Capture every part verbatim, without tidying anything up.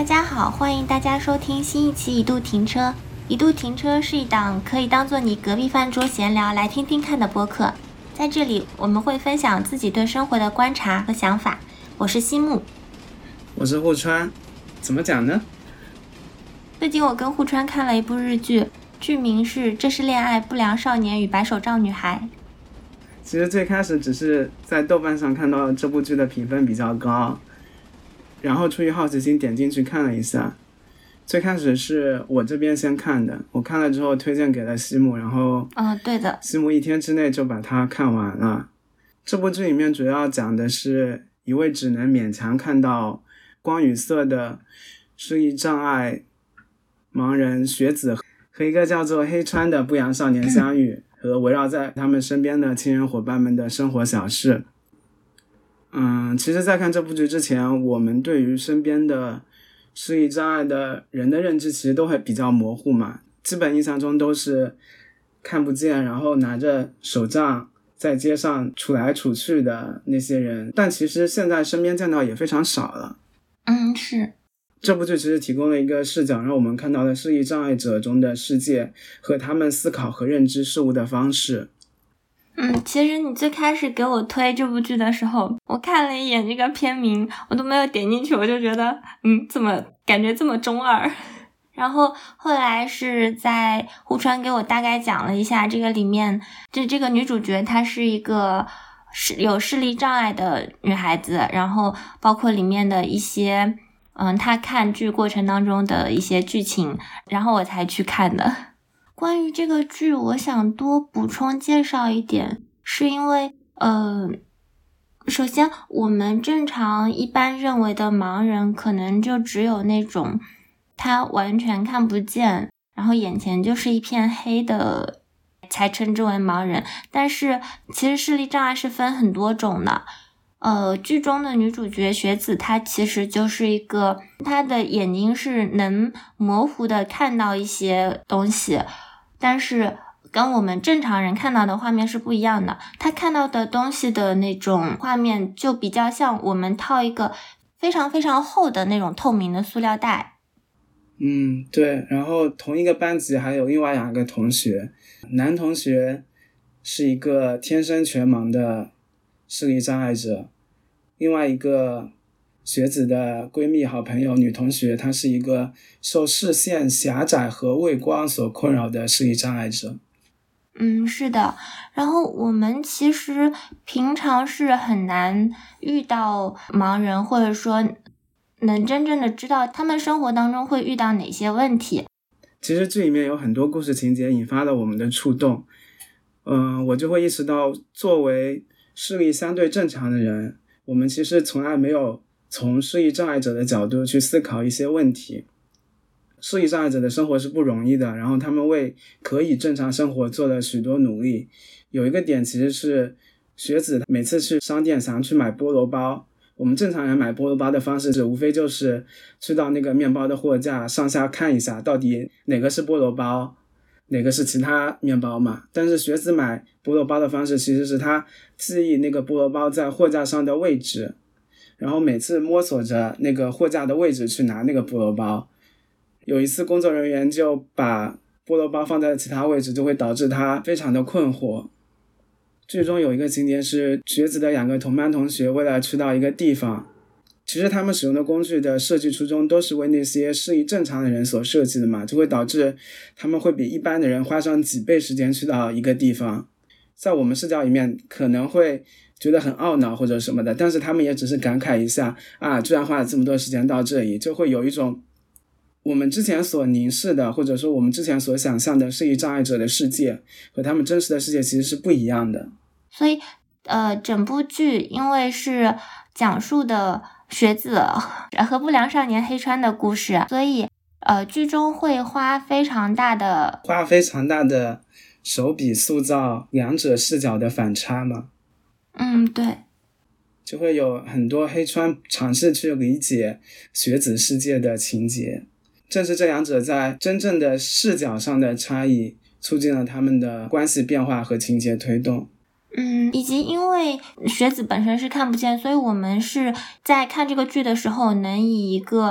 大家好，欢迎大家收听新一期一度停车。一度停车是一档可以当做你隔壁饭桌闲聊来听听看的播客，在这里我们会分享自己对生活的观察和想法。我是西木， 我是户川。怎么讲呢？ 最近我跟户川看了一部日剧，剧名是《这是恋爱不良少年与白手杖女孩》。 其实最开始只是在豆瓣上看到这部剧的评分比较高，然后出于好奇心点进去看了一下。最开始是我这边先看的，我看了之后推荐给了西木，然后嗯，对的， 西木一天之内就把它看完了。这部剧里面主要讲的是一位只能勉强看到光与色的视力障碍盲人学子和一个叫做黑川的不良少年相遇，和围绕在他们身边的亲人伙伴们的生活小事。嗯，其实在看这部剧之前，我们对于身边的视力障碍的人的认知其实都会比较模糊嘛，基本印象中都是看不见，然后拿着手杖在街上处来处去的那些人，但其实现在身边见到也非常少了。 嗯，是。 这部剧其实提供了一个视角，让我们看到了视力障碍者中的世界和他们思考和认知事物的方式。 嗯，其实你最开始给我推这部剧的时候，我看了一眼这个片名，我都没有点进去，我就觉得嗯，怎么感觉这么中二。然后后来是在户川给我大概讲了一下，这个里面这这个女主角她是一个是有视力障碍的女孩子，然后包括里面的一些嗯，她看剧过程当中的一些剧情，然后我才去看的。关于这个剧，我想多补充介绍一点，是因为呃，首先我们正常一般认为的盲人可能就只有那种他完全看不见，然后眼前就是一片黑的才称之为盲人，但是其实视力障碍是分很多种的。呃，剧中的女主角学子，她其实就是一个，她的眼睛是能模糊的看到一些东西，但是跟我们正常人看到的画面是不一样的。她看到的东西的那种画面就比较像我们套一个非常非常厚的那种透明的塑料袋。 嗯，对。然后同一个班级还有另外两个同学，男同学是一个天生全盲的视力障碍者，另外一个学子的闺蜜好朋友女同学，她是一个受视线狭窄和畏光所困扰的视力障碍者。 嗯，是的。然后我们其实平常是很难遇到盲人，或者说能真正的知道他们生活当中会遇到哪些问题。 其实剧里面有很多故事情节引发了我们的触动，嗯、呃，我就会意识到，作为视力相对正常的人，我们其实从来没有从视力障碍者的角度去思考一些问题。视力障碍者的生活是不容易的，然后他们为可以正常生活做了许多努力。有一个点其实是学子每次去商店想去买菠萝包，我们正常人买菠萝包的方式是无非就是去到那个面包的货架上下看一下到底哪个是菠萝包哪个是其他面包嘛。但是学子买菠萝包的方式其实是他记忆那个菠萝包在货架上的位置，然后每次摸索着那个货架的位置去拿那个菠萝包。有一次工作人员就把菠萝包放在其他位置，就会导致他非常的困惑。剧中有一个情节是学子的两个同班同学为了去到一个地方，其实他们使用的工具的设计初衷都是为那些视力正常的人所设计的嘛，就会导致他们会比一般的人花上几倍时间去到一个地方。在我们视角里面可能会觉得很懊恼或者什么的，但是他们也只是感慨一下啊，居然花了这么多时间到这里，就会有一种我们之前所凝视的，或者说我们之前所想象的视力障碍者的世界和他们真实的世界其实是不一样的。 所以呃，整部剧因为是讲述的学子和不良少年黑川的故事，所以呃，剧中会花非常大的花非常大的手笔塑造两者视角的反差嘛。 嗯，对， 就会有很多黑川尝试去理解学子世界的情节。正是这两者在真正的视角上的差异，促进了他们的关系变化和情节推动。 嗯，以及因为学子本身是看不见，所以我们是在看这个剧的时候能以一个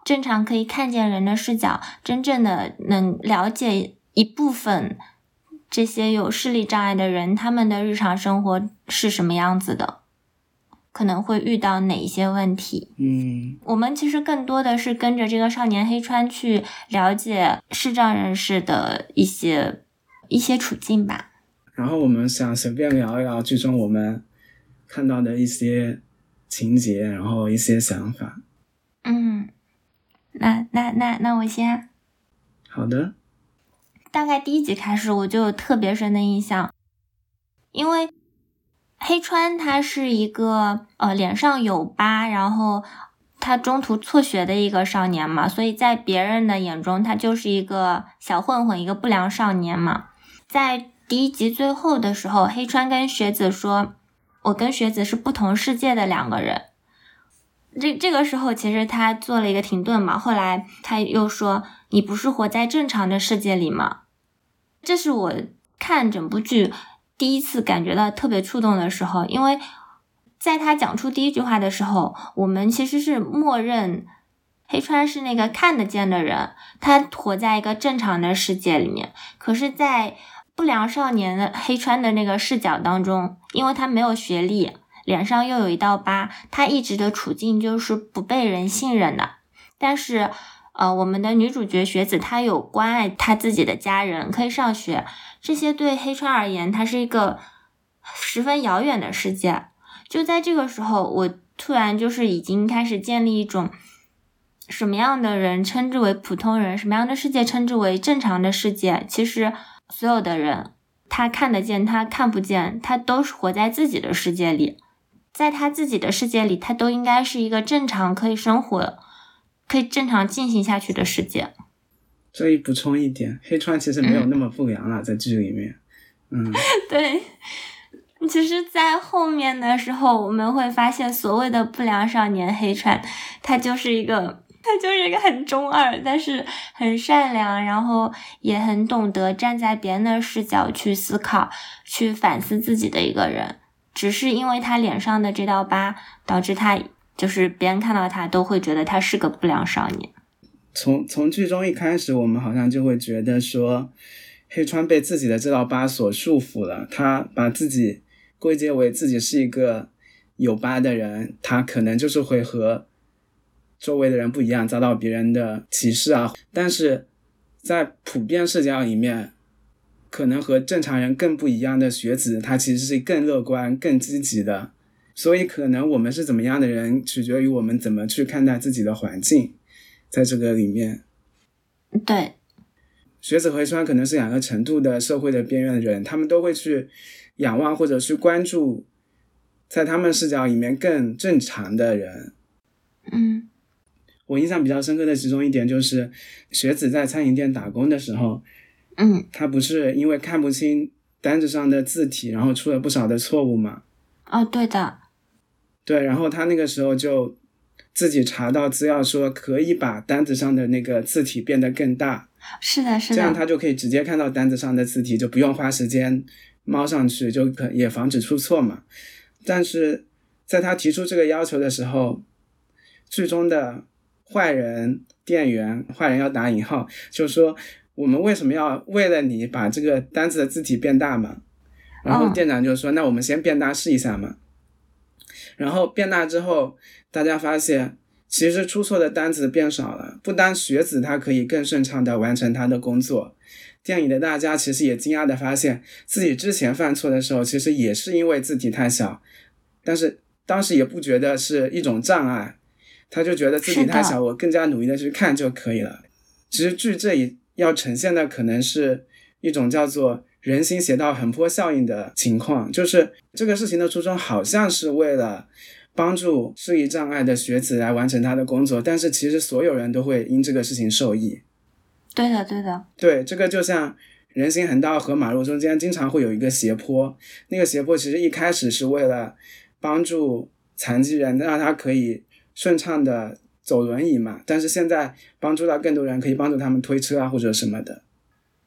正常可以看见人的视角，真正的能了解一部分这些有视力障碍的人，他们的日常生活是什么样子的，可能会遇到哪一些问题。 嗯， 我们其实更多的是跟着这个少年黑川去了解视障人士的一些一些处境吧。 然后我们想随便聊一聊剧中我们看到的一些情节，然后一些想法。 嗯，那那那那我先。 好的。 大概第一集开始我就有特别深的印象，因为黑川他是一个呃脸上有疤，然后他中途辍学的一个少年嘛，所以在别人的眼中他就是一个小混混，一个不良少年嘛。在第一集最后的时候，黑川跟学子说，我跟学子是不同世界的两个人。这这个时候其实他做了一个停顿嘛，后来他又说，你不是活在正常的世界里吗？这是我看整部剧第一次感觉到特别触动的时候，因为在他讲出第一句话的时候，我们其实是默认黑川是那个看得见的人，他活在一个正常的世界里面。可是在不良少年的黑川的那个视角当中，因为他没有学历，脸上又有一道疤，他一直的处境就是不被人信任的。但是呃，我们的女主角学子她有关爱她自己的家人，可以上学，这些对黑川而言，它是一个十分遥远的世界。就在这个时候，我突然就是已经开始建立一种什么样的人称之为普通人，什么样的世界称之为正常的世界。其实所有的人，他看得见，他看不见，他都是活在自己的世界里，在他自己的世界里，他都应该是一个正常可以生活可以正常进行下去的世界。 这里补充一点，黑川其实没有那么不良了、嗯、在剧里面。嗯， 对，其实在后面的时候我们会发现，所谓的不良少年黑川，他就是一个他就是一个很中二但是很善良，然后也很懂得站在别人的视角去思考去反思自己的一个人。只是因为他脸上的这道疤，导致他就是别人看到他都会觉得他是个不良少年。 从从剧中一开始，我们好像就会觉得说，黑川被自己的这道疤所束缚了，他把自己归结为自己是一个有疤的人，他可能就是会和周围的人不一样，遭到别人的歧视啊。但是在普遍视角里面，可能和正常人更不一样的学子，他其实是更乐观更积极的。所以可能我们是怎么样的人，取决于我们怎么去看待自己的环境。在这个里面， 对， 学子和黑川可能是两个程度的社会的边缘人，他们都会去仰望或者去关注在他们视角里面更正常的人。 嗯， 我印象比较深刻的其中一点就是学子在餐饮店打工的时候， 嗯， 他不是因为看不清单子上的字体，然后出了不少的错误吗？ 哦，对的， 对，然后他那个时候就自己查到资料说可以把单子上的那个字体变得更大， 是的是的， 这样他就可以直接看到单子上的字体，就不用花时间猫上去，就可也防止出错嘛。但是在他提出这个要求的时候，剧中的坏人店员，坏人要打引号，就说我们为什么要为了你把这个单子的字体变大嘛？然后店长就说、哦、那我们先变大试一下嘛。然后变大之后，大家发现其实出错的单子变少了，不单学子他可以更顺畅地完成他的工作，店里的大家其实也惊讶地发现自己之前犯错的时候其实也是因为字体太小，但是当时也不觉得是一种障碍，他就觉得字体太小，我更加努力的去看就可以了。其实剧这里要呈现的可能是一种叫做人心斜道横坡效应的情况，就是这个事情的初衷好像是为了帮助视力障碍的学子来完成他的工作，但是其实所有人都会因这个事情受益。 对的对的， 对，这个就像人行横道和马路中间经常会有一个斜坡，那个斜坡其实一开始是为了帮助残疾人让他可以顺畅的走轮椅嘛，但是现在帮助到更多人，可以帮助他们推车啊或者什么的。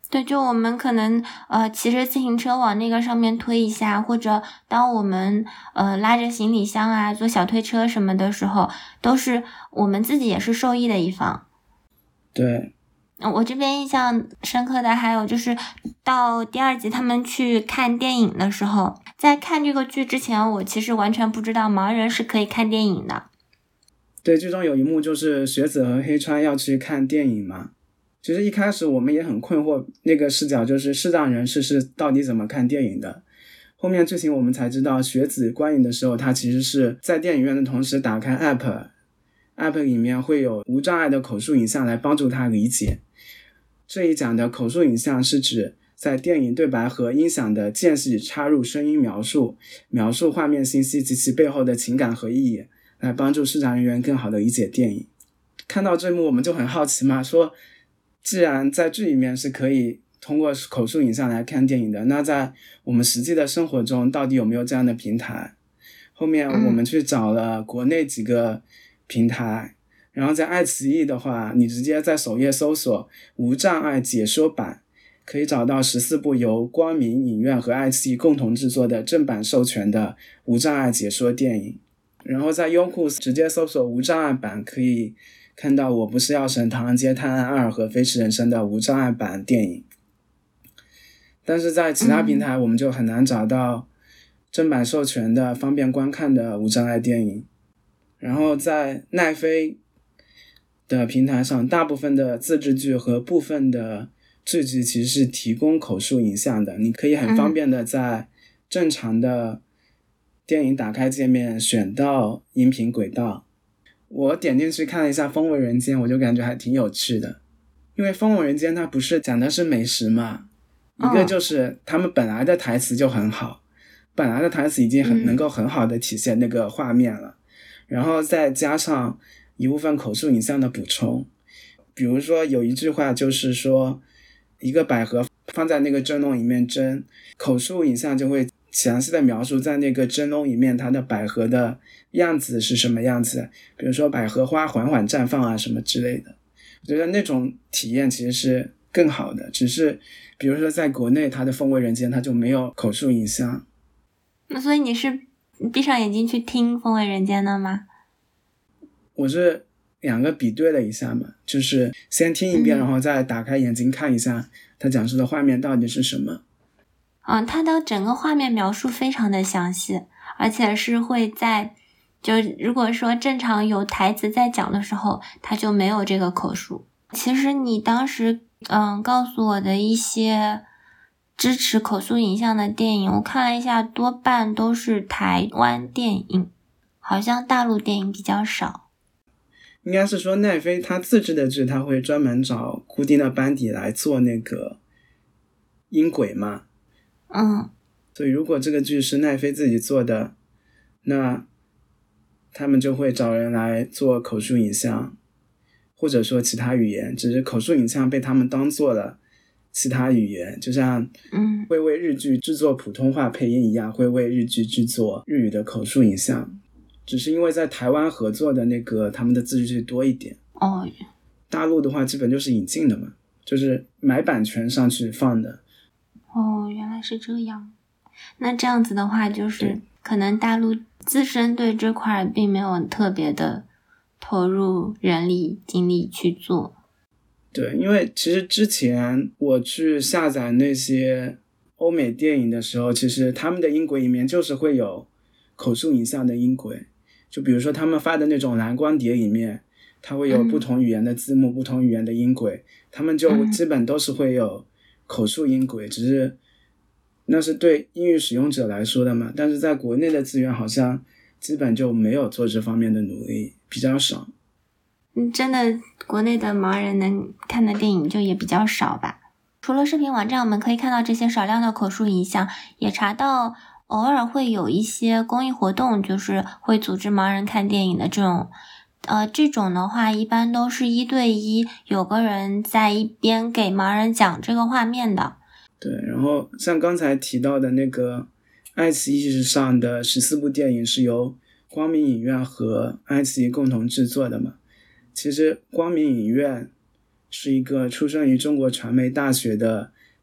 对，就我们可能呃骑着自行车往那个上面推一下，或者当我们呃拉着行李箱啊，坐小推车什么的时候，都是我们自己也是受益的一方。 对， 我这边印象深刻的还有就是到第二集他们去看电影的时候，在看这个剧之前，我其实完全不知道盲人是可以看电影的。 对，剧中有一幕就是雪子和黑川要去看电影嘛。其实一开始我们也很困惑，那个视角就是视障人士是到底怎么看电影的。后面剧情我们才知道，雪子观影的时候，他其实是在电影院的同时打开 app， app 里面会有无障碍的口述影像来帮助他理解。这一讲的口述影像是指在电影对白和音响的间隙插入声音描述，描述画面信息及其背后的情感和意义，来帮助视障人员更好的理解电影。看到这幕我们就很好奇嘛，说既然在剧里面是可以通过口述影像来看电影的，那在我们实际的生活中到底有没有这样的平台？后面我们去找了国内几个平台，然后在爱奇艺的话，你直接在首页搜索无障碍解说版，可以找到十四部由光明影院和爱奇艺共同制作的正版授权的无障碍解说电影。然后在优酷直接搜索无障碍版，可以看到我不是药神、唐人街探案二和飞驰人生的无障碍版电影。但是在其他平台我们就很难找到正版授权的方便观看的无障碍电影。然后在奈飞的平台上，大部分的自制剧和部分的剧集其实是提供口述影像的，你可以很方便的在正常的电影打开界面选到音频轨道。我点进去看了一下风味人间，我就感觉还挺有趣的。因为风味人间它不是讲的是美食嘛，一个就是他们本来的台词就很好，本来的台词已经很能够很好的体现那个画面了，然后再加上一部分口述影像的补充。比如说有一句话就是说，一个百合放在那个蒸笼里面蒸，口述影像就会详细的描述在那个蒸笼里面它的百合的样子是什么样子，比如说百合花缓缓绽放啊什么之类的。我觉得那种体验其实是更好的，只是比如说在国内它的风味人间它就没有口述影像。 那所以你是闭上眼睛去听风味人间的吗？ 我是两个比对了一下嘛，就是先听一遍、嗯、然后再打开眼睛看一下它讲述的画面到底是什么。 嗯，它的整个画面描述非常的详细，而且是会在就如果说正常有台词在讲的时候，它就没有这个口述。其实你当时嗯告诉我的一些支持口述影像的电影，我看了一下，多半都是台湾电影，好像大陆电影比较少。 应该是说奈飞它自制的剧，它会专门找固定的班底来做那个音轨嘛。 嗯， 所以如果这个剧是奈飞自己做的，那他们就会找人来做口述影像，或者说其他语言，只是口述影像被他们当做了其他语言，就像嗯会为日剧制作普通话配音一样，会为日剧制作日语的口述影像，只是因为在台湾合作的那个他们的自制剧多一点。 哦， 大陆的话基本就是引进的嘛，就是买版权上去放的。 哦，原来是这样。那这样子的话，就是可能大陆自身对这块并没有特别的投入人力精力去做。 对，因为其实之前我去下载那些欧美电影的时候，其实他们的音轨里面就是会有口述影像的音轨，就比如说他们发的那种蓝光碟里面，它会有不同语言的字幕、嗯、不同语言的音轨，他们就基本都是会有口述音轨、嗯、只是那是对英语使用者来说的嘛，但是在国内的资源好像基本就没有做这方面的努力，比较少。 嗯，真的国内的盲人能看的电影就也比较少吧。除了视频网站我们可以看到这些少量的口述影像，也查到偶尔会有一些公益活动，就是会组织盲人看电影的这种呃，这种的话一般都是一对一，有个人在一边给盲人讲这个画面的。 对，然后像刚才提到的那个爱奇艺上的十四部电影是由光明影院和爱奇艺共同制作的嘛。其实光明影院是一个出生于中国传媒大学的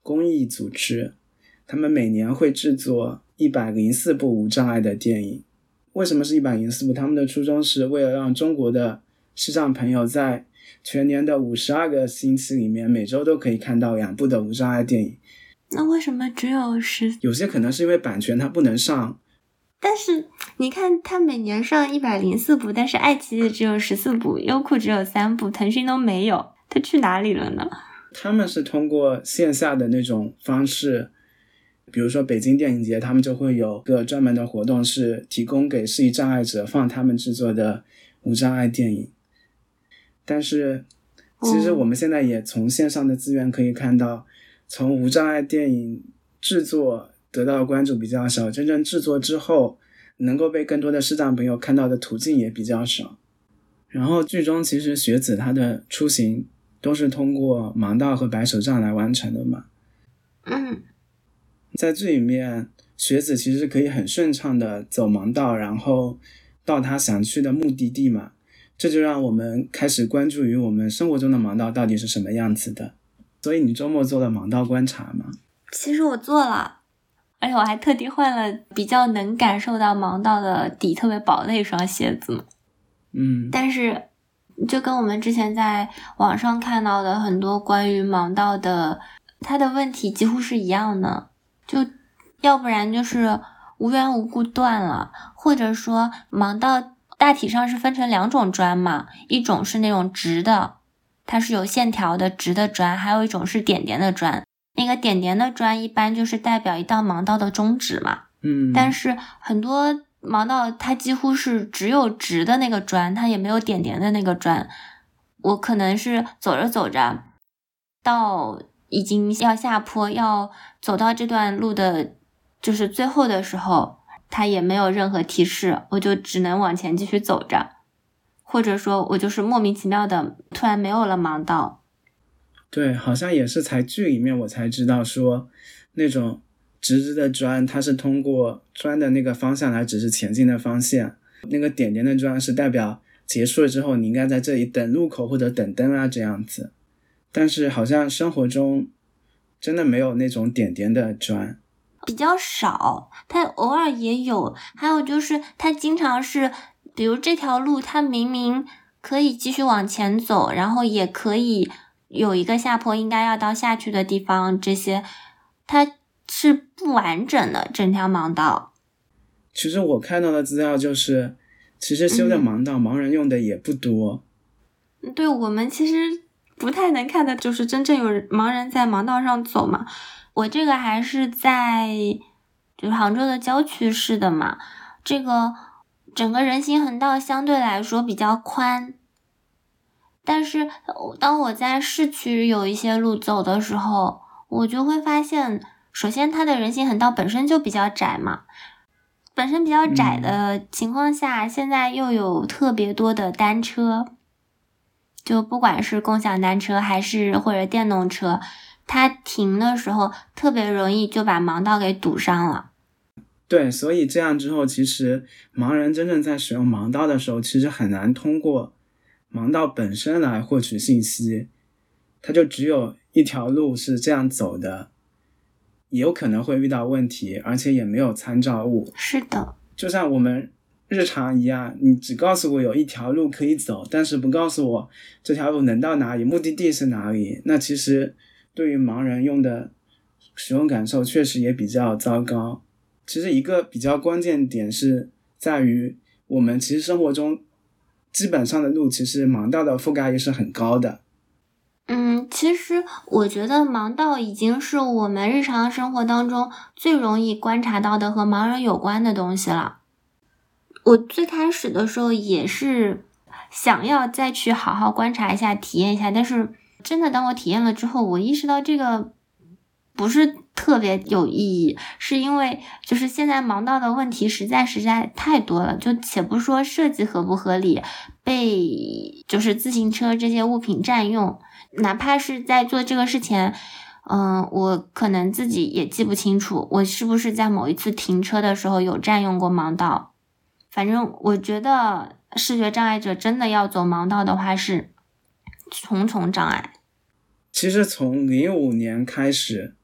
公益组织，他们每年会制作一百零四部无障碍的电影。为什么是一百零四部？他们的初衷是为了让中国的视障朋友在全年的五十二个星期里面，每周都可以看到两部的无障碍电影。 那为什么只有十？ 有些可能是因为版权它不能上。 但是你看，它每年上一百零四部，但是爱奇艺只有十四部，优酷只有三部，腾讯都没有，它去哪里了呢？ 他们是通过线下的那种方式，比如说北京电影节，他们就会有个专门的活动，是提供给视力障碍者放他们制作的无障碍电影。但是其实我们现在也从线上的资源可以看到，从无障碍电影制作得到的关注比较少，真正制作之后能够被更多的视障朋友看到的途径也比较少。然后剧中其实学子他的出行都是通过盲道和白手杖来完成的嘛。 嗯， 在这里面学子其实可以很顺畅的走盲道，然后到他想去的目的地嘛。这就让我们开始关注于我们生活中的盲道到底是什么样子的。所以你周末做了盲道观察吗？ 其实我做了，而且我还特地换了比较能感受到盲道的底特别薄的一双鞋子。 嗯， 但是就跟我们之前在网上看到的很多关于盲道的它的问题几乎是一样的，就要不然就是无缘无故断了，或者说盲道大体上是分成两种砖嘛，一种是那种直的，它是有线条的直的砖，还有一种是点点的砖。那个点点的砖一般就是代表一道盲道的终止嘛。 嗯， 但是很多盲道它几乎是只有直的那个砖，它也没有点点的那个砖。我可能是走着走着到已经要下坡，要走到这段路的就是最后的时候，它也没有任何提示，我就只能往前继续走着，或者说我就是莫名其妙的突然没有了盲道。 对，好像也是才剧里面我才知道说那种直直的砖它是通过砖的那个方向来指示前进的方向，那个点点的砖是代表结束了之后你应该在这里等路口或者等灯啊这样子。但是好像生活中真的没有那种点点的砖， 比较少，它偶尔也有。还有就是它经常是比如这条路它明明可以继续往前走，然后也可以有一个下坡应该要到下去的地方，这些它是不完整的整条盲道。 其实我看到的资料就是其实修的盲道、嗯、盲人用的也不多。 对，我们其实不太能看的就是真正有盲人在盲道上走嘛。我这个还是在就是杭州的郊区市的嘛，这个整个人行横道相对来说比较宽，但是当我在市区有一些路走的时候，我就会发现首先它的人行横道本身就比较窄嘛，本身比较窄的情况下、嗯、现在又有特别多的单车，就不管是共享单车还是或者电动车，它停的时候特别容易就把盲道给堵上了。 对，所以这样之后其实盲人真正在使用盲道的时候其实很难通过盲道本身来获取信息，它就只有一条路是这样走的，也有可能会遇到问题，而且也没有参照物。 是的， 就像我们日常一样，你只告诉我有一条路可以走，但是不告诉我这条路能到哪里，目的地是哪里，那其实对于盲人用的使用感受确实也比较糟糕。其实一个比较关键点是在于我们其实生活中基本上的路其实盲道的覆盖率是很高的。 嗯，其实我觉得盲道已经是我们日常生活当中最容易观察到的和盲人有关的东西了。我最开始的时候也是想要再去好好观察一下体验一下，但是真的当我体验了之后，我意识到这个不是特别有意义，是因为就是现在盲道的问题实在实在太多了，就且不说设计合不合理，被就是自行车这些物品占用，哪怕是在做这个事前嗯，我可能自己也记不清楚我是不是在某一次停车的时候有占用过盲道。反正我觉得视觉障碍者真的要走盲道的话是重重障碍。 其实从零五年开始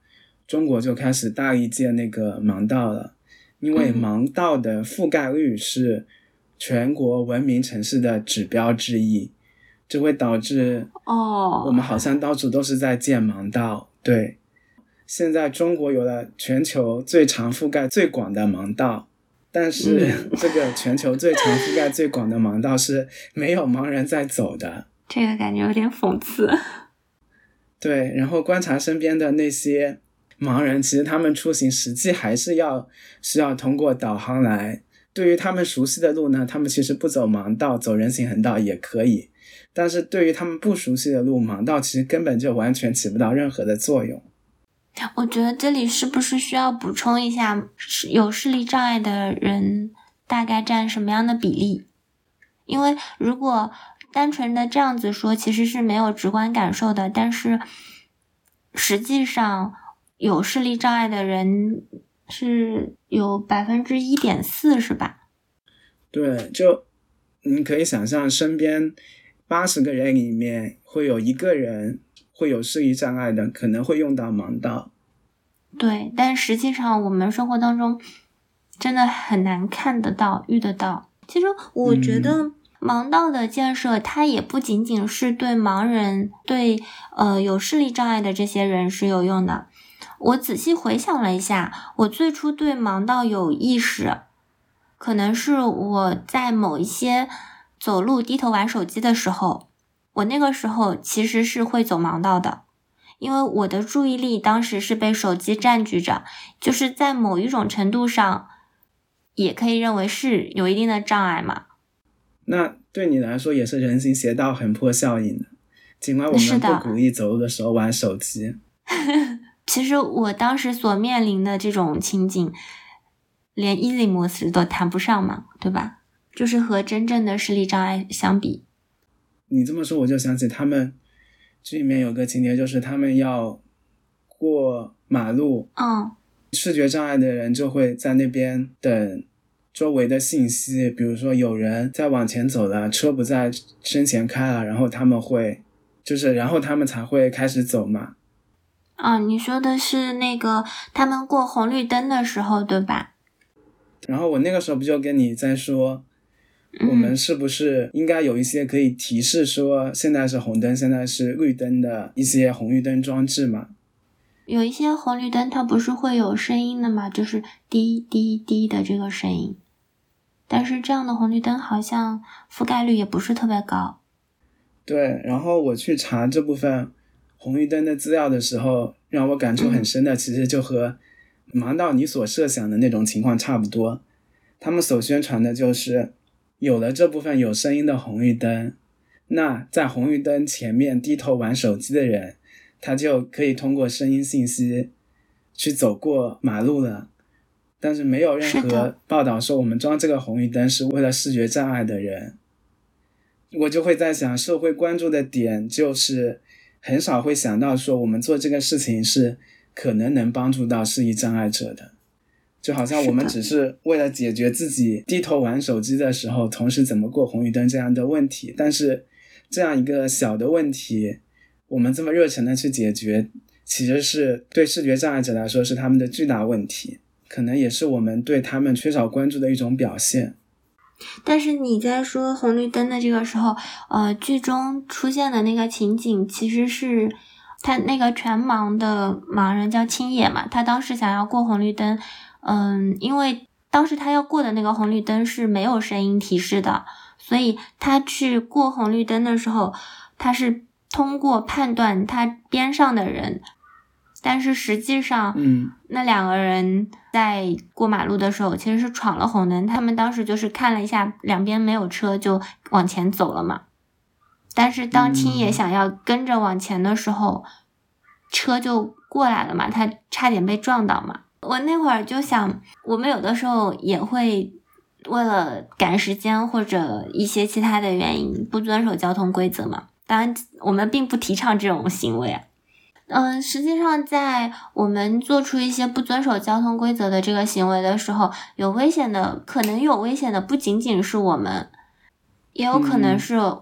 中国就开始大力建那个盲道了，因为盲道的覆盖率是全国文明城市的指标之一，就会导致哦， 我们好像到处都是在建盲道。对，现在中国有了全球最长覆盖最广的盲道，但是、嗯、这个全球最长覆盖最广的盲道是没有盲人在走的， 这个感觉有点讽刺。 对，然后观察身边的那些盲人，其实他们出行实际还是要需要通过导航来，对于他们熟悉的路呢，他们其实不走盲道，走人行横道也可以，但是对于他们不熟悉的路，盲道其实根本就完全起不到任何的作用。 我觉得这里是不是需要补充一下，有视力障碍的人大概占什么样的比例？因为如果单纯的这样子说其实是没有直观感受的，但是实际上有视力障碍的人是有 百分之一点四 是吧？ 对，就你可以想象身边八十个人里面会有一个人会有视力障碍的，可能会用到盲道。 对，但实际上我们生活当中真的很难看得到遇得到。其实我觉得盲道的建设它也不仅仅是对盲人对呃有视力障碍的这些人是有用的。我仔细回想了一下，我最初对盲道有意识，可能是我在某一些走路低头玩手机的时候，我那个时候其实是会走盲道的，因为我的注意力当时是被手机占据着，就是在某一种程度上也可以认为是有一定的障碍嘛。 那对你来说也是人行斜道横坡效应的，尽管我们不鼓励走路的时候玩手机。 其实我当时所面临的这种情景连 easy 模式都谈不上嘛，对吧？就是和真正的视力障碍相比。 你这么说我就想起他们这里面有个情节，就是他们要过马路， 嗯， 视觉障碍的人就会在那边等周围的信息，比如说有人在往前走了，车不在身前开了，然后他们会就是然后他们才会开始走嘛。 啊，你说的是那个他们过红绿灯的时候对吧？ 然后我那个时候不就跟你在说、嗯、我们是不是应该有一些可以提示说现在是红灯现在是绿灯的一些红绿灯装置嘛？ 有一些红绿灯它不是会有声音的嘛，就是滴滴滴的这个声音，但是这样的红绿灯好像覆盖率也不是特别高。 对，然后我去查这部分红绿灯的资料的时候，让我感触很深的其实就和盲道你所设想的那种情况差不多。他们所宣传的就是有了这部分有声音的红绿灯，那在红绿灯前面低头玩手机的人，他就可以通过声音信息去走过马路了。但是没有任何报道说我们装这个红绿灯是为了视觉障碍的人。我就会在想，社会关注的点就是很少会想到说我们做这个事情是可能能帮助到视力障碍者的，就好像我们只是为了解决自己低头玩手机的时候同时怎么过红绿灯这样的问题，但是这样一个小的问题我们这么热忱的去解决，其实是对视觉障碍者来说是他们的巨大问题，可能也是我们对他们缺少关注的一种表现。 但是你在说红绿灯的这个时候，呃，剧中出现的那个情景其实是他那个全盲的盲人叫青野嘛，他当时想要过红绿灯，嗯，因为当时他要过的那个红绿灯是没有声音提示的，所以他去过红绿灯的时候，他是通过判断他边上的人，但是实际上， 嗯， 那两个人在过马路的时候其实是闯了红灯，他们当时就是看了一下两边没有车就往前走了嘛。但是当青野想要跟着往前的时候，嗯、车就过来了嘛，他差点被撞到嘛。我那会儿就想，我们有的时候也会为了赶时间或者一些其他的原因不遵守交通规则嘛。当然，我们并不提倡这种行为啊。嗯，实际上在我们做出一些不遵守交通规则的这个行为的时候，有危险的，可能有危险的不仅仅是我们，也有可能是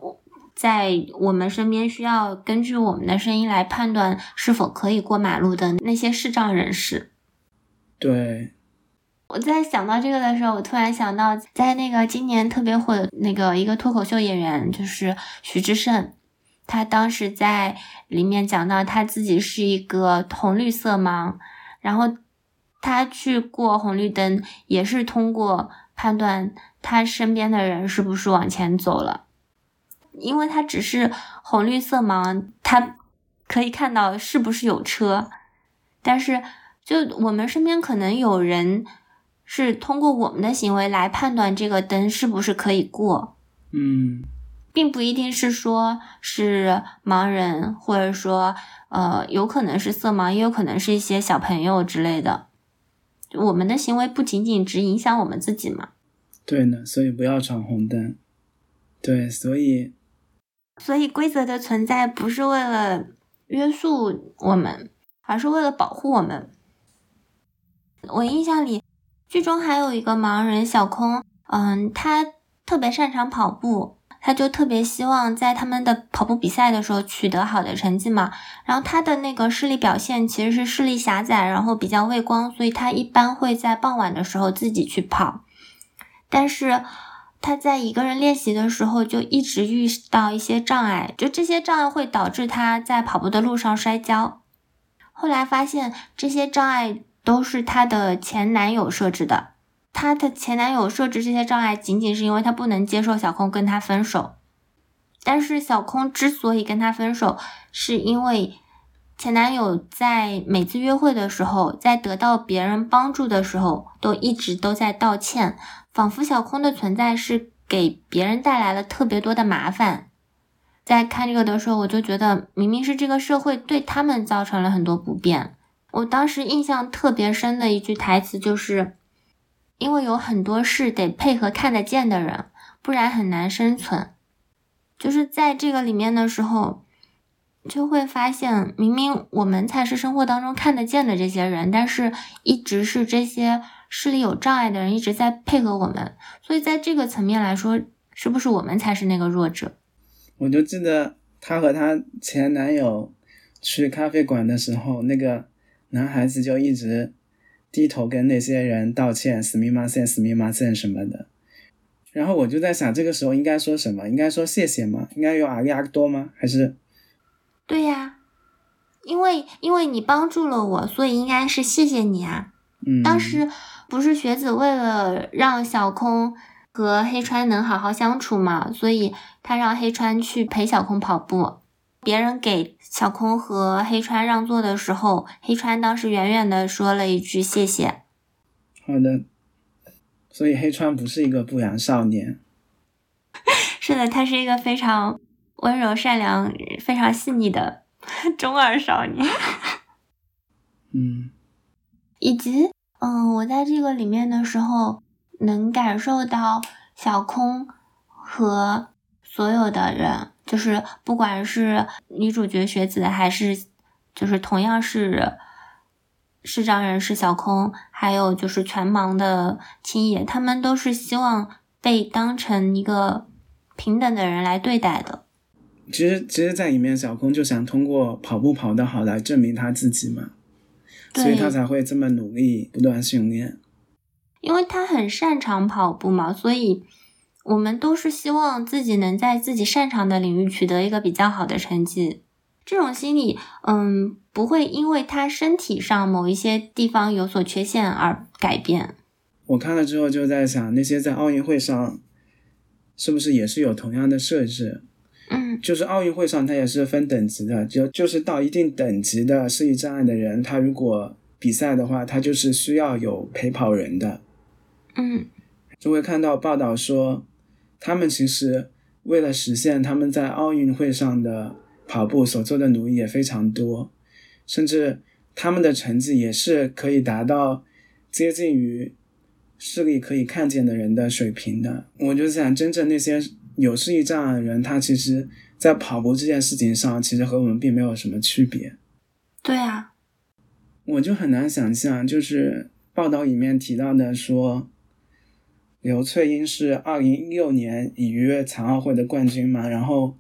在我们身边需要根据我们的声音来判断是否可以过马路的那些视障人士。 对， 我在想到这个的时候，我突然想到在那个今年特别火的那个一个脱口秀演员，就是徐志胜，他当时在里面讲到他自己是一个红绿色盲，然后他去过红绿灯也是通过判断他身边的人是不是往前走了，因为他只是红绿色盲，他可以看到是不是有车，但是就我们身边可能有人是通过我们的行为来判断这个灯是不是可以过。 嗯， 并不一定是说是盲人，或者说呃，有可能是色盲，也有可能是一些小朋友之类的。我们的行为不仅仅只影响我们自己嘛。 对呢，所以不要闯红灯。对，所以所以规则的存在不是为了约束我们，而是为了保护我们。我印象里剧中还有一个盲人小空，嗯，他特别擅长跑步，他就特别希望在他们的跑步比赛的时候取得好的成绩嘛。然后他的那个视力表现其实是视力狭窄，然后比较畏光，所以他一般会在傍晚的时候自己去跑。但是他在一个人练习的时候就一直遇到一些障碍，就这些障碍会导致他在跑步的路上摔跤。后来发现这些障碍都是他的前男友设置的，他的前男友设置这些障碍仅仅是因为他不能接受小空跟他分手。但是小空之所以跟他分手，是因为前男友在每次约会的时候，在得到别人帮助的时候，都一直都在道歉，仿佛小空的存在是给别人带来了特别多的麻烦。在看这个的时候，我就觉得明明是这个社会对他们造成了很多不便。我当时印象特别深的一句台词就是，因为有很多事得配合看得见的人，不然很难生存。就是在这个里面的时候，就会发现明明我们才是生活当中看得见的这些人，但是一直是这些视力有障碍的人一直在配合我们，所以在这个层面来说，是不是我们才是那个弱者？ 我就记得她和她前男友去咖啡馆的时候，那个男孩子就一直低头跟那些人道歉，すみませんすみません什么的。然后我就在想，这个时候应该说什么？应该说谢谢吗？应该用ありがとう吗？还是？ 对呀，因为因为你帮助了我，所以应该是谢谢你啊。 嗯， 当时不是学子为了让小空和黑川能好好相处嘛，所以他让黑川去陪小空跑步。别人给小空和黑川让座的时候，黑川当时远远的说了一句谢谢。 好的，所以黑川不是一个不良少年。 是的，他是一个非常温柔善良非常细腻的中二少年。 嗯， 以及嗯，我在这个里面的时候能感受到小空和所有的人，就是不管是女主角学子还是就是同样是视障人士小空，还有就是全盲的青野，他们都是希望被当成一个平等的人来对待的。 其实其实在里面小空就想通过跑步跑得好来证明他自己嘛，所以他才会这么努力不断训练。 因为他很擅长跑步嘛，所以我们都是希望自己能在自己擅长的领域取得一个比较好的成绩。这种心理嗯，不会因为他身体上某一些地方有所缺陷而改变。 我看了之后就在想，那些在奥运会上是不是也是有同样的设置？ 嗯， 就是奥运会上它也是分等级的，就就是到一定等级的视力障碍的人，他如果比赛的话，他就是需要有陪跑人的。 嗯， 就会看到报道说，他们其实为了实现他们在奥运会上的跑步所做的努力也非常多，甚至他们的成绩也是可以达到接近于视力可以看见的人的水平的。我就想，真正那些有视力障碍的人，他其实在跑步这件事情上其实和我们并没有什么区别。 对啊， 我就很难想象，就是报道里面提到的说刘翠英是二零一六年里约残奥会的冠军嘛，然后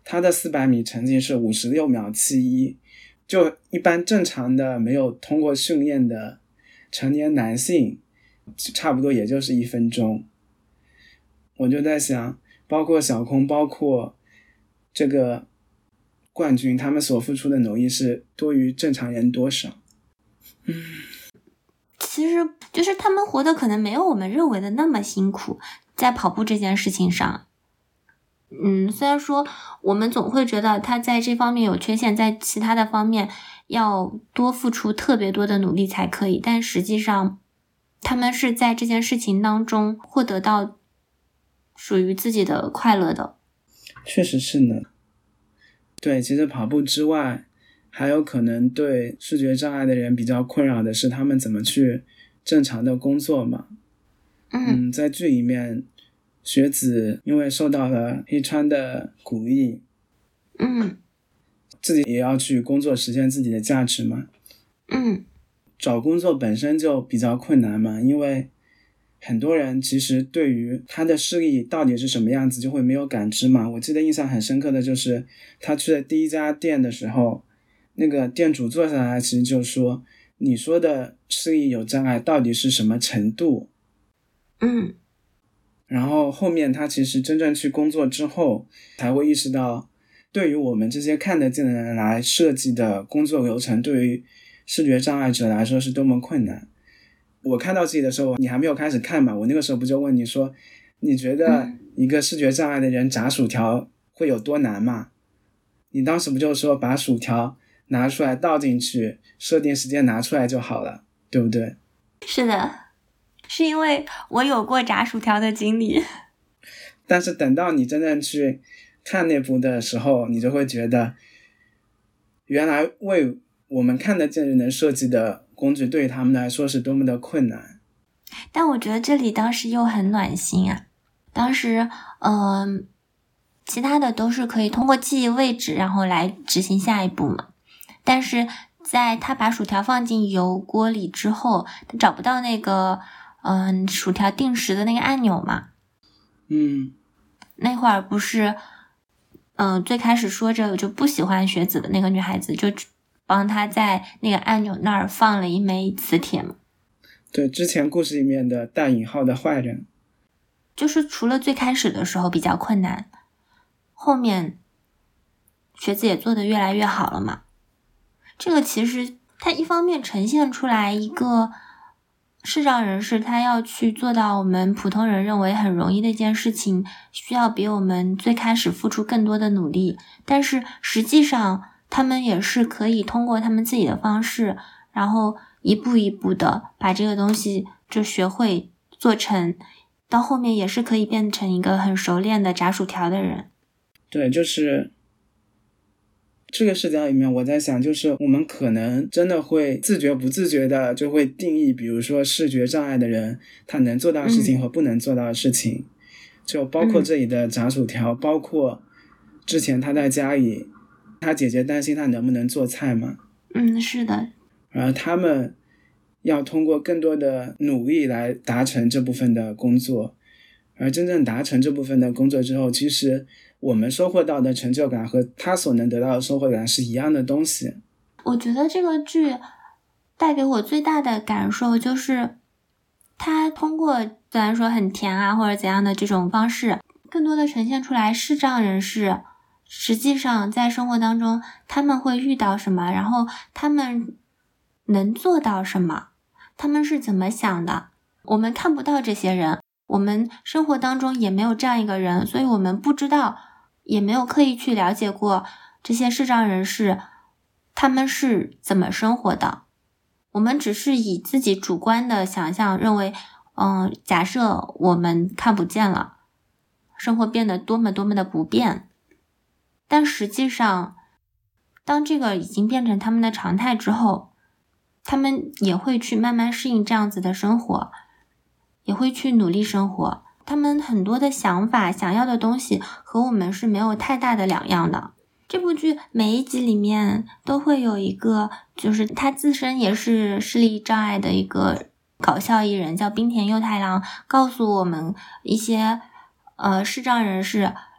他的四百米成绩是五十六秒七一，就一般正常的没有通过训练的成年男性差不多也就是一分钟。我就在想，包括小空包括这个冠军，他们所付出的努力是多于正常人多少。嗯， 其实就是他们活得可能没有我们认为的那么辛苦，在跑步这件事情上。嗯，虽然说我们总会觉得他在这方面有缺陷，在其他的方面要多付出特别多的努力才可以，但实际上他们是在这件事情当中获得到属于自己的快乐的。 确实是呢。对，其实跑步之外还有可能对视觉障碍的人比较困扰的是他们怎么去正常的工作嘛。 嗯， 嗯，在剧里面雪子因为受到了黑川的鼓励， 嗯， 自己也要去工作实现自己的价值嘛。 嗯， 找工作本身就比较困难嘛，因为很多人其实对于他的视力到底是什么样子就会没有感知嘛。我记得印象很深刻的就是他去的第一家店的时候，那个店主坐下来其实就说，你说的视力有障碍到底是什么程度。 嗯， 然后后面他其实真正去工作之后才会意识到，对于我们这些看得见的人来设计的工作流程对于视觉障碍者来说是多么困难。我看到自己的时候你还没有开始看嘛，我那个时候不就问你说，你觉得一个视觉障碍的人炸薯条会有多难吗？你当时不就说把薯条拿出来倒进去，设定时间拿出来就好了，对不对？ 是的，是因为我有过炸薯条的经历。 但是等到你真正去看那部的时候，你就会觉得原来为我们看得见人能设计的工具对于他们来说是多么的困难。 但我觉得这里当时又很暖心啊，当时嗯、呃，其他的都是可以通过记忆位置然后来执行下一步嘛，但是在他把薯条放进油锅里之后，他找不到那个嗯、呃、薯条定时的那个按钮嘛。 嗯， 那会儿不是嗯、呃、最开始说着就不喜欢雪子的那个女孩子就帮他在那个按钮那儿放了一枚磁铁嘛。 对，之前故事里面的带引号的坏人， 就是除了最开始的时候比较困难，后面雪子也做得越来越好了嘛。这个其实它一方面呈现出来一个视障人士他要去做到我们普通人认为很容易的一件事情，需要比我们最开始付出更多的努力，但是实际上他们也是可以通过他们自己的方式，然后一步一步的把这个东西就学会做成，到后面也是可以变成一个很熟练的炸薯条的人。 对，就是这个视角里面我在想，就是我们可能真的会自觉不自觉的就会定义，比如说视觉障碍的人他能做到的事情和不能做到的事情、嗯、就包括这里的炸薯条、嗯、包括之前他在家里他姐姐担心他能不能做菜嘛。 嗯，是的。 而他们要通过更多的努力来达成这部分的工作，而真正达成这部分的工作之后，其实我们收获到的成就感和他所能得到的收获感是一样的东西。 我觉得这个剧带给我最大的感受就是他通过虽然说很甜啊或者怎样的这种方式，更多的呈现出来视障人士实际上在生活当中他们会遇到什么，然后他们能做到什么，他们是怎么想的。我们看不到这些人，我们生活当中也没有这样一个人，所以我们不知道，也没有刻意去了解过这些视障人士他们是怎么生活的。我们只是以自己主观的想象认为，嗯，假设我们看不见了，生活变得多么多么的不便，但实际上当这个已经变成他们的常态之后，他们也会去慢慢适应这样子的生活，也会去努力生活。他们很多的想法想要的东西和我们是没有太大的两样的。这部剧每一集里面都会有一个就是他自身也是视力障碍的一个搞笑艺人叫滨田佑太郎，告诉我们一些呃视障人士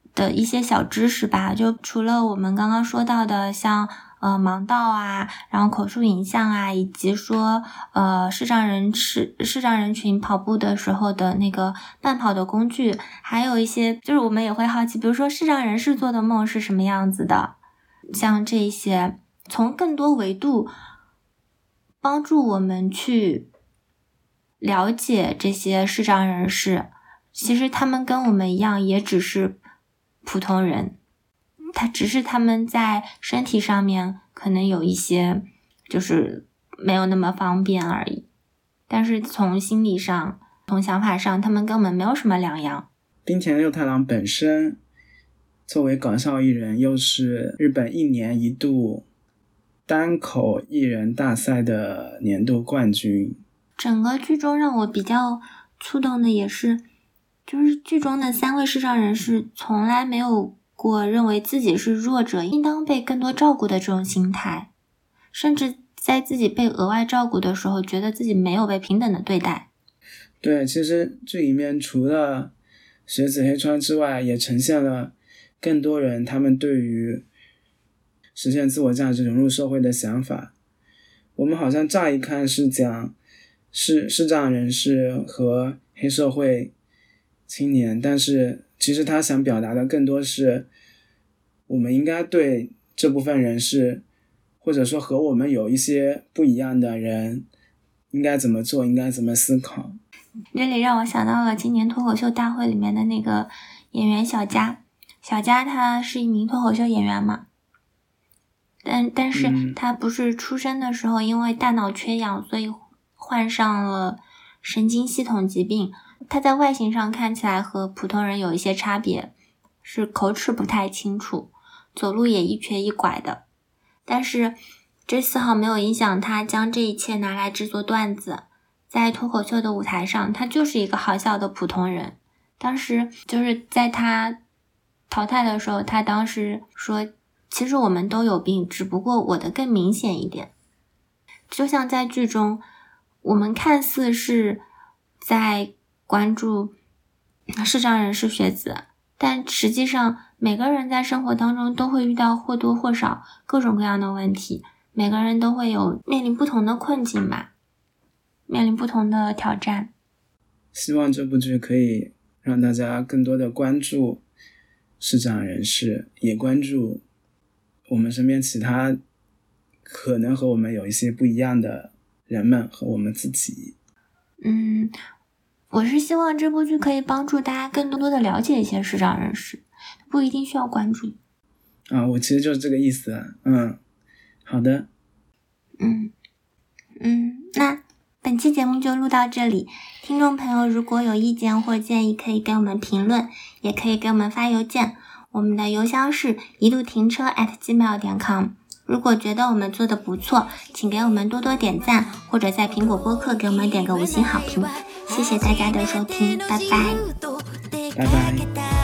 的一些小知识吧，就除了我们刚刚说到的像呃盲道啊，然后口述影像啊，以及说呃视障人视视障人群跑步的时候的那个慢跑的工具，还有一些就是我们也会好奇，比如说视障人士做的梦是什么样子的，像这些从更多维度帮助我们去了解这些视障人士，其实他们跟我们一样，也只是普通人，他只是他们在身体上面可能有一些就是没有那么方便而已，但是从心理上从想法上他们跟我们没有什么两样。 滨田六太郎本身作为搞笑艺人，又是日本一年一度单口艺人大赛的年度冠军。 整个剧中让我比较触动的也是，就是剧中的三位视障人士从来没有过认为自己是弱者应当被更多照顾的这种心态，甚至在自己被额外照顾的时候觉得自己没有被平等的对待。 对，其实剧里面除了雪子黑川之外，也呈现了更多人他们对于实现自我价值融入社会的想法。我们好像乍一看是讲视视障人士和黑社会青年，但是其实他想表达的更多是我们应该对这部分人士，或者说和我们有一些不一样的人应该怎么做，应该怎么思考。 这里让我想到了今年脱口秀大会里面的那个演员小佳，小佳他是一名脱口秀演员嘛，但但是他不是出生的时候因为大脑缺氧所以患上了神经系统疾病，他在外形上看起来和普通人有一些差别，是口齿不太清楚，走路也一瘸一拐的，但是这丝毫没有影响他将这一切拿来制作段子。在脱口秀的舞台上，他就是一个好笑的普通人。当时就是在他淘汰的时候，他当时说其实我们都有病，只不过我的更明显一点。就像在剧中我们看似是在关注视障人士学子，但实际上每个人在生活当中都会遇到或多或少各种各样的问题，每个人都会有面临不同的困境吧，面临不同的挑战。 希望这部剧可以让大家更多的关注视障人士，也关注我们身边其他可能和我们有一些不一样的人们和我们自己。 嗯，我是希望这部剧可以帮助大家更多的了解一些视障人士，不一定需要关注。 啊，我其实就是这个意思啊。嗯，好的。 嗯嗯，那本期节目就录到这里。听众朋友如果有意见或建议，可以给我们评论，也可以给我们发邮件。我们的邮箱是一路停车 at gmail 点 com。如果觉得我们做的不错，请给我们多多点赞，或者在苹果播客给我们点个五星好评。谢谢大家的收听，拜拜。 拜拜。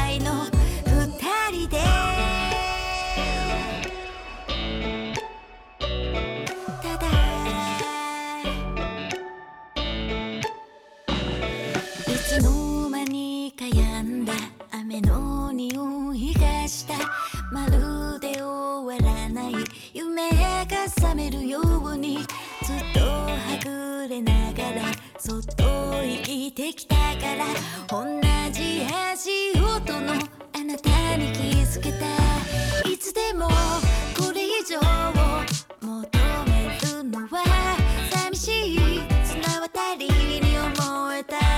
そっと生きてきたから同じ足音のあなたに気づけたいつでもこれ以上求めるのは寂しい綱渡りに思えた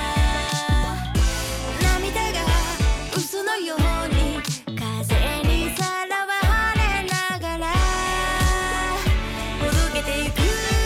涙が嘘のように風にさらわれながらほどけてゆく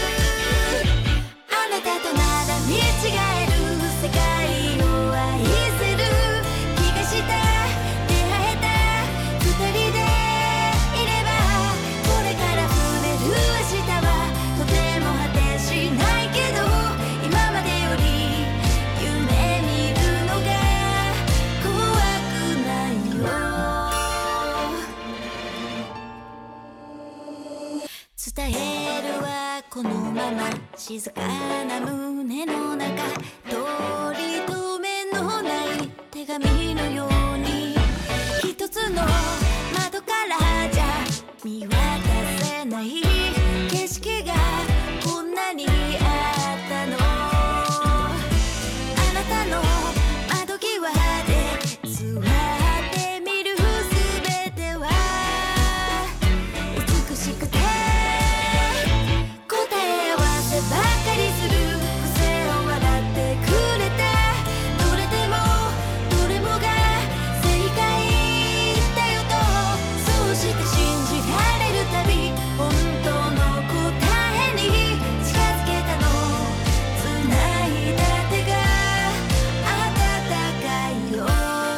あなたとなら見違える世界を愛せる気がした出会えた二人でいればこれから触れる明日はとても果てしないけど今までより夢見るのが怖くないよ伝えるはこのまま静かな胸の中取り留めのない手紙のように一つ見渡せない景色がこんなにあったの。あなたの窓際で座ってみるすべては美しくて答え合わせばかりする癖を笑ってくれた。どれでもどれもが正解だよとそうして信じられるたび本当の答えに近づけたの。繋いだ手が温かいよ。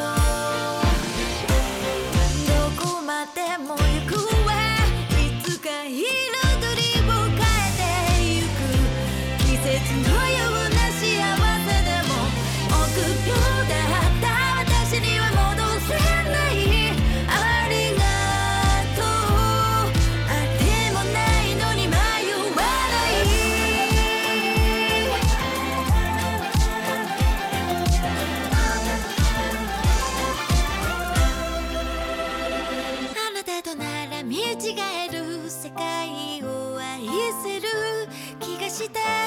どこまでも行くわいつか彩りを変えてゆく季節のような幸せでも臆病だった私には戻せない。ありがとう。あってもないのに迷わない。あなたとなら見違える世界を愛せる気がした。